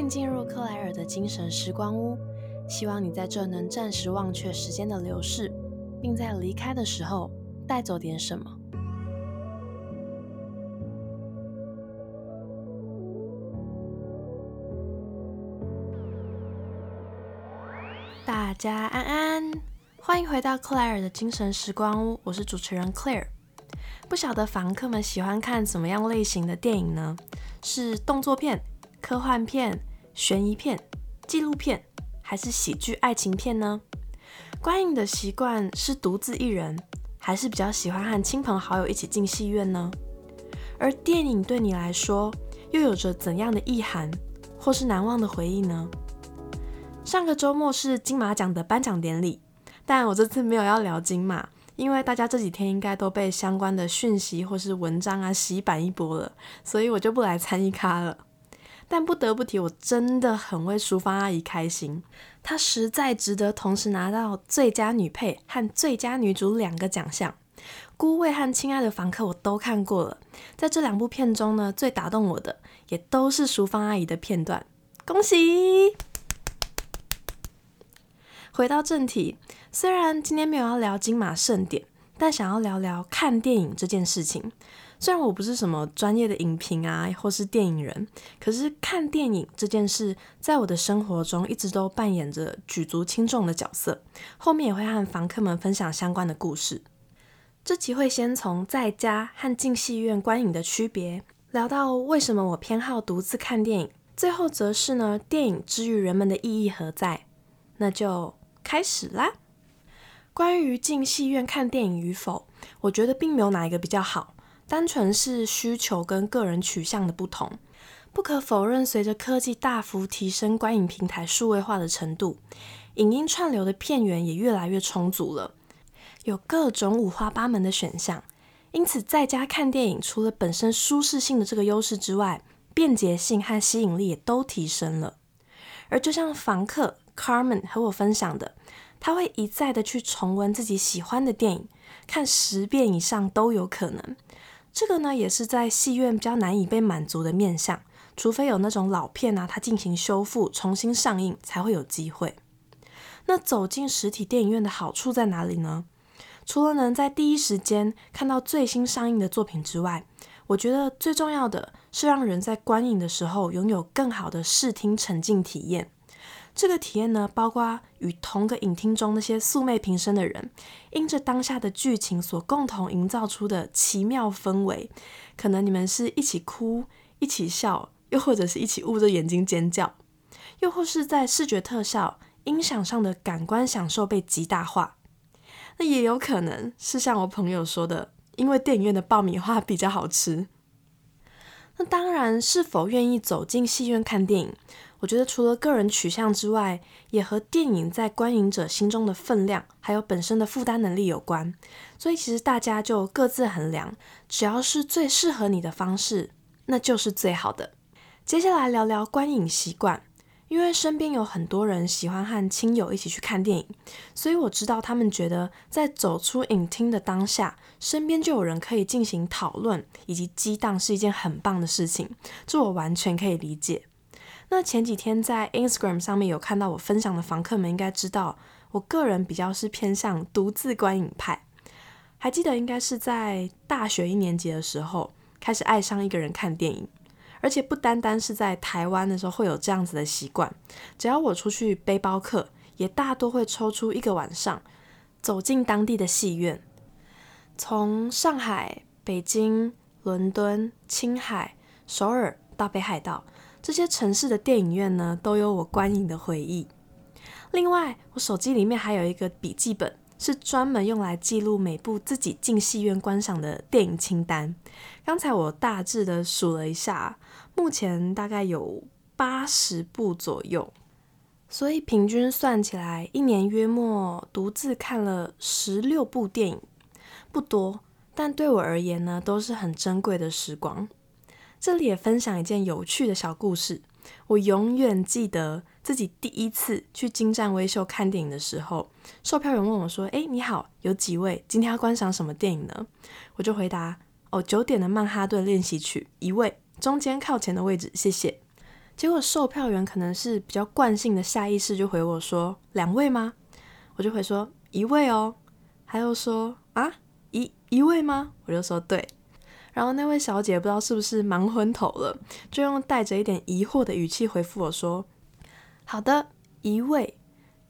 迎进入克莱尔的精神时光屋，希望你在这能暂时忘却时间的流逝，并在离开的时候带走点什么。大家安安，欢迎回到克莱尔的精神时光屋，我是主持人 Claire。不晓得房客们喜欢看怎么样类型的电影呢？是动作片、科幻片、悬疑片、纪录片，还是喜剧爱情片呢？观影的习惯是独自一人，还是比较喜欢和亲朋好友一起进戏院呢？而电影对你来说又有着怎样的意涵，或是难忘的回忆呢？上个周末是金马奖的颁奖典礼，但我这次没有要聊金马，因为大家这几天应该都被相关的讯息或是文章洗版一波了，所以我就不来参与咖了。但不得不提，我真的很为淑芳阿姨开心，她实在值得同时拿到最佳女配和最佳女主2个奖项。孤味和亲爱的房客我都看过了，在这2部片中呢，最打动我的也都是淑芳阿姨的片段，恭喜！回到正题，虽然今天没有要聊金马盛典，但想要聊聊看电影这件事情。虽然我不是什么专业的影评或是电影人，可是看电影这件事在我的生活中一直都扮演着举足轻重的角色，后面也会和房客们分享相关的故事。这集会先从在家和进戏院观影的区别，聊到为什么我偏好独自看电影，最后则是呢，电影之于人们的意义何在。那就开始啦。关于进戏院看电影与否，我觉得并没有哪一个比较好，单纯是需求跟个人取向的不同。不可否认，随着科技大幅提升观影平台数位化的程度，影音串流的片源也越来越充足了，有各种五花八门的选项。因此在家看电影除了本身舒适性的这个优势之外，便捷性和吸引力也都提升了。而就像房客 Carmen 和我分享的，他会一再的去重温自己喜欢的电影，看10遍以上都有可能。这个呢，也是在戏院比较难以被满足的面向，除非有那种老片它进行修复重新上映才会有机会。那走进实体电影院的好处在哪里呢？除了能在第一时间看到最新上映的作品之外，我觉得最重要的是让人在观影的时候拥有更好的视听沉浸体验。这个体验呢，包括与同个影厅中那些素昧平生的人，因着当下的剧情所共同营造出的奇妙氛围，可能你们是一起哭、一起笑，又或者是一起捂着眼睛尖叫，又或是在视觉特效、音响上的感官享受被极大化。那也有可能是像我朋友说的，因为电影院的爆米花比较好吃。那当然，是否愿意走进戏院看电影，我觉得除了个人取向之外，也和电影在观影者心中的分量，还有本身的负担能力有关。所以其实大家就各自衡量，只要是最适合你的方式，那就是最好的。接下来聊聊观影习惯。因为身边有很多人喜欢和亲友一起去看电影，所以我知道他们觉得在走出影厅的当下，身边就有人可以进行讨论以及激荡是一件很棒的事情，这我完全可以理解。那前几天在 Instagram 上面有看到我分享的房客们应该知道，我个人比较是偏向独自观影派。还记得应该是在大学1年级的时候，开始爱上一个人看电影。而且不单单是在台湾的时候会有这样子的习惯，只要我出去背包客，也大多会抽出1个晚上，走进当地的戏院。从上海、北京、伦敦、青海、首尔到北海道，这些城市的电影院呢，都有我观影的回忆。另外，我手机里面还有一个笔记本，是专门用来记录每部自己进戏院观赏的电影清单。刚才我大致的数了一下，目前大概有80部左右，所以平均算起来1年约莫独自看了16部电影。不多，但对我而言呢，都是很珍贵的时光。这里也分享一件有趣的小故事。我永远记得自己第一次去金站威秀看电影的时候，售票员问我说：你好，有几位？今天要观赏什么电影呢？我就回答：9点的曼哈顿练习曲，1位，中间靠前的位置，谢谢。 结果售票员可能是比较惯性的下意识就回我说2位吗？我就回说1位哦，他又说啊一位吗？我就说对。然后那位小姐不知道是不是忙昏头了，就用带着一点疑惑的语气回复我说好的，1位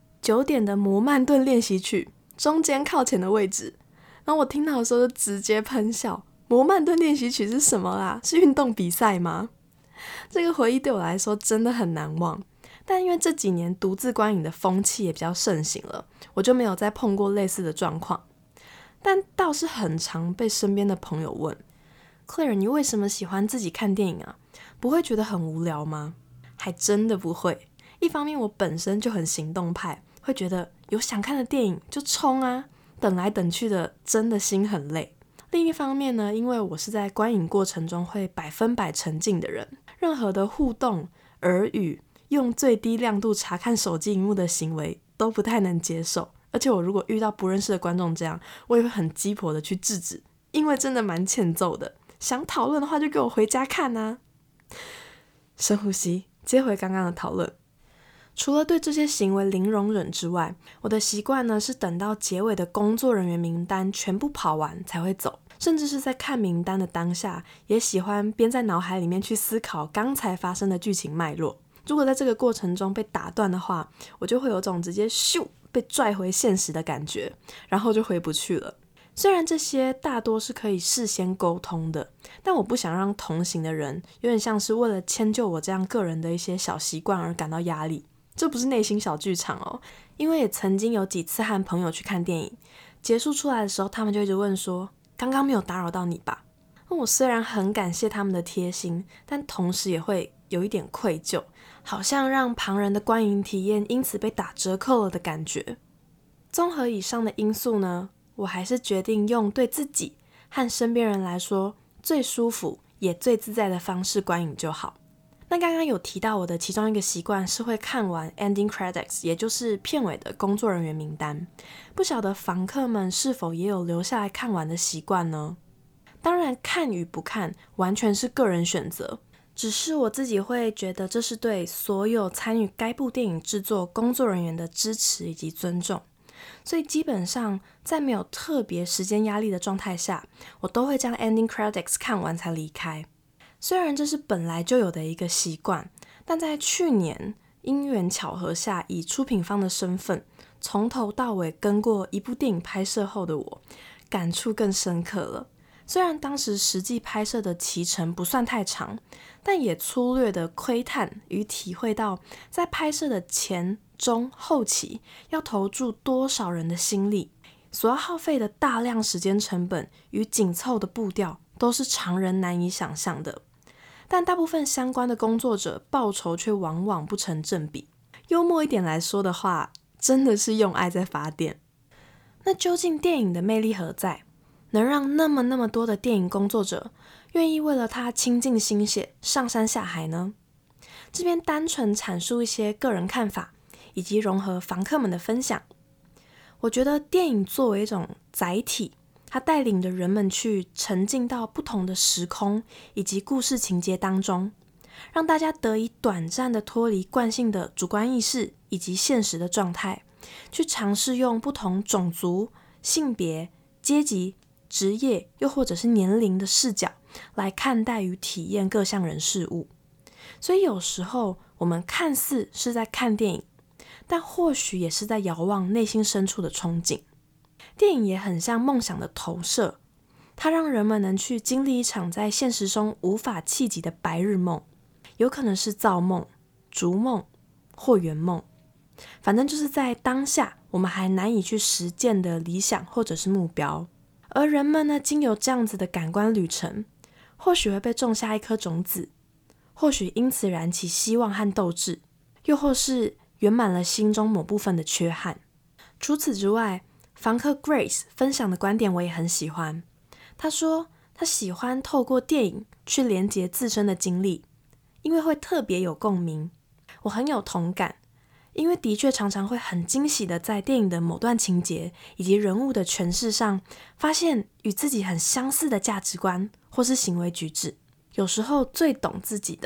9点的摩曼顿练习曲中间靠前的位置。然后我听到的时候就直接喷笑，摩曼顿练习曲是什么啦？是运动比赛吗？这个回忆对我来说真的很难忘，但因为这几年独自观影的风气也比较盛行了，我就没有再碰过类似的状况。但倒是很常被身边的朋友问 Claire 你为什么喜欢自己看电影啊？不会觉得很无聊吗？还真的不会。一方面我本身就很行动派，会觉得有想看的电影就冲啊，等来等去的真的心很累。另一方面呢，因为我是在观影过程中会100%沉浸的人，任何的互动、耳语、用最低亮度查看手机荧幕的行为都不太能接受。而且我如果遇到不认识的观众这样，我也会很鸡婆的去制止，因为真的蛮欠揍的。想讨论的话就给我回家看啊。深呼吸，接回刚刚的讨论。除了对这些行为零容忍之外，我的习惯呢是等到结尾的工作人员名单全部跑完才会走，甚至是在看名单的当下，也喜欢边在脑海里面去思考刚才发生的剧情脉络。如果在这个过程中被打断的话，我就会有种直接咻被拽回现实的感觉，然后就回不去了。虽然这些大多是可以事先沟通的，但我不想让同行的人有点像是为了迁就我这样个人的一些小习惯而感到压力。这不是内心小剧场哦，因为也曾经有几次和朋友去看电影，结束出来的时候，他们就一直问说刚刚没有打扰到你吧？我虽然很感谢他们的贴心，但同时也会有一点愧疚，好像让旁人的观影体验因此被打折扣了的感觉。综合以上的因素呢，我还是决定用对自己和身边人来说最舒服也最自在的方式观影就好。那刚刚有提到我的其中一个习惯是会看完 ending credits， 也就是片尾的工作人员名单。不晓得房客们是否也有留下来看完的习惯呢？当然看与不看完全是个人选择，只是我自己会觉得这是对所有参与该部电影制作工作人员的支持以及尊重。所以基本上在没有特别时间压力的状态下，我都会将 ending credits 看完才离开。虽然这是本来就有的一个习惯，但在去年因缘巧合下，以出品方的身份从头到尾跟过一部电影拍摄后的我，感触更深刻了。虽然当时实际拍摄的期程不算太长，但也粗略的窥探与体会到在拍摄的前、中、后期要投注多少人的心力，所要耗费的大量时间成本与紧凑的步调都是常人难以想象的。但大部分相关的工作者报酬却往往不成正比。幽默一点来说的话，真的是用爱在发电。那究竟电影的魅力何在？能让那么多的电影工作者愿意为了它倾尽心血上山下海呢？这边单纯阐述一些个人看法，以及融合房客们的分享。我觉得电影作为一种载体，它带领着人们去沉浸到不同的时空以及故事情节当中，让大家得以短暂的脱离惯性的主观意识以及现实的状态，去尝试用不同种族、性别、阶级、职业又或者是年龄的视角来看待与体验各项人事物。所以有时候我们看似是在看电影，但或许也是在遥望内心深处的憧憬。电影也很像梦想的投射，它让人们能去经历一场在现实中无法企及的白日梦，有可能是造梦、逐梦或圆梦，反正就是在当下我们还难以去实践的理想或者是目标。而人们呢，经由这样子的感官旅程，或许会被种下一颗种子，或许因此燃起希望和斗志，又或是圆满了心中某部分的缺憾。除此之外，房客 Grace 分享的观点我也很喜欢。他说他喜欢透过电影去连结自身的经历，因为会特别有共鸣。我很有同感，因为的确常常会很惊喜的在电影的某段情节以及人物的诠释上，发现与自己很相似的价值观或是行为举止。有时候最懂自己的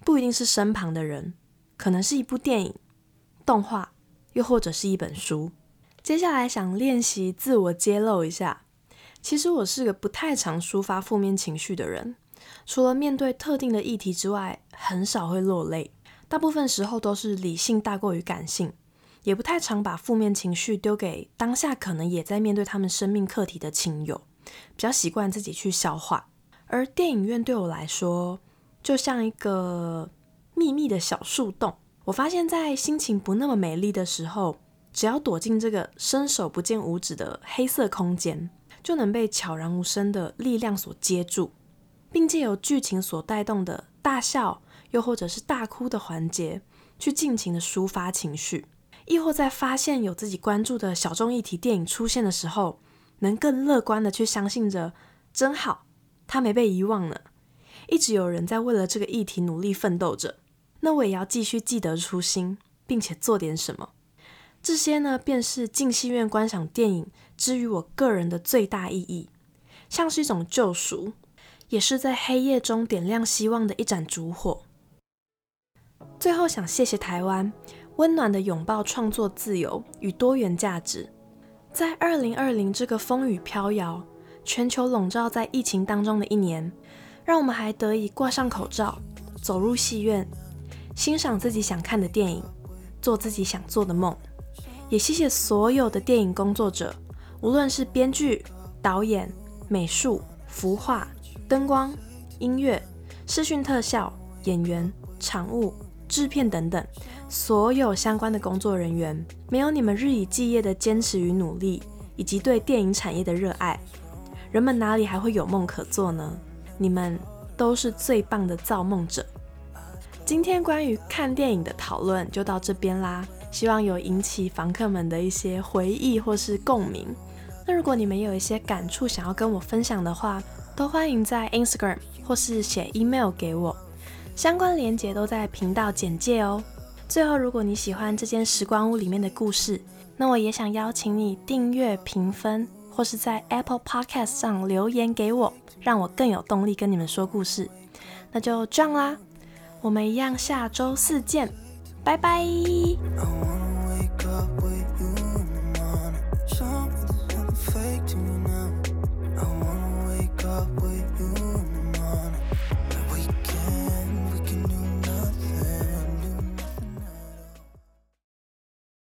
不一定是身旁的人，可能是一部电影、动画，又或者是一本书。接下来想练习自我揭露一下，其实我是个不太常抒发负面情绪的人，除了面对特定的议题之外，很少会落泪，大部分时候都是理性大过于感性，也不太常把负面情绪丢给当下可能也在面对他们生命课题的亲友，比较习惯自己去消化。而电影院对我来说，就像一个秘密的小树洞，我发现在心情不那么美丽的时候，只要躲进这个伸手不见五指的黑色空间，就能被悄然无声的力量所接住，并借由剧情所带动的大笑又或者是大哭的环节，去尽情的抒发情绪，亦或在发现有自己关注的小众议题电影出现的时候，能更乐观的去相信着真好，它没被遗忘呢，一直有人在为了这个议题努力奋斗着，那我也要继续记得初心，并且做点什么。这些呢，便是进戏院观赏电影之于我个人的最大意义，像是一种救赎，也是在黑夜中点亮希望的一盏烛火。最后想谢谢台湾，温暖的拥抱创作自由与多元价值。在2020这个风雨飘摇、全球笼罩在疫情当中的一年，让我们还得以挂上口罩，走入戏院，欣赏自己想看的电影，做自己想做的梦。也谢谢所有的电影工作者，无论是编剧、导演、美术、服化、灯光、音乐、视讯特效、演员、场务、制片等等，所有相关的工作人员，没有你们日以继夜的坚持与努力，以及对电影产业的热爱，人们哪里还会有梦可做呢？你们都是最棒的造梦者。今天关于看电影的讨论就到这边啦，希望有引起房客们的一些回忆或是共鸣。那如果你们有一些感触想要跟我分享的话，都欢迎在 Instagram 或是写 email 给我，相关连结都在频道简介哦。最后，如果你喜欢这间时光屋里面的故事，那我也想邀请你订阅、评分，或是在 Apple Podcast 上留言给我，让我更有动力跟你们说故事。那就这样啦，我们一样下周4见，拜拜。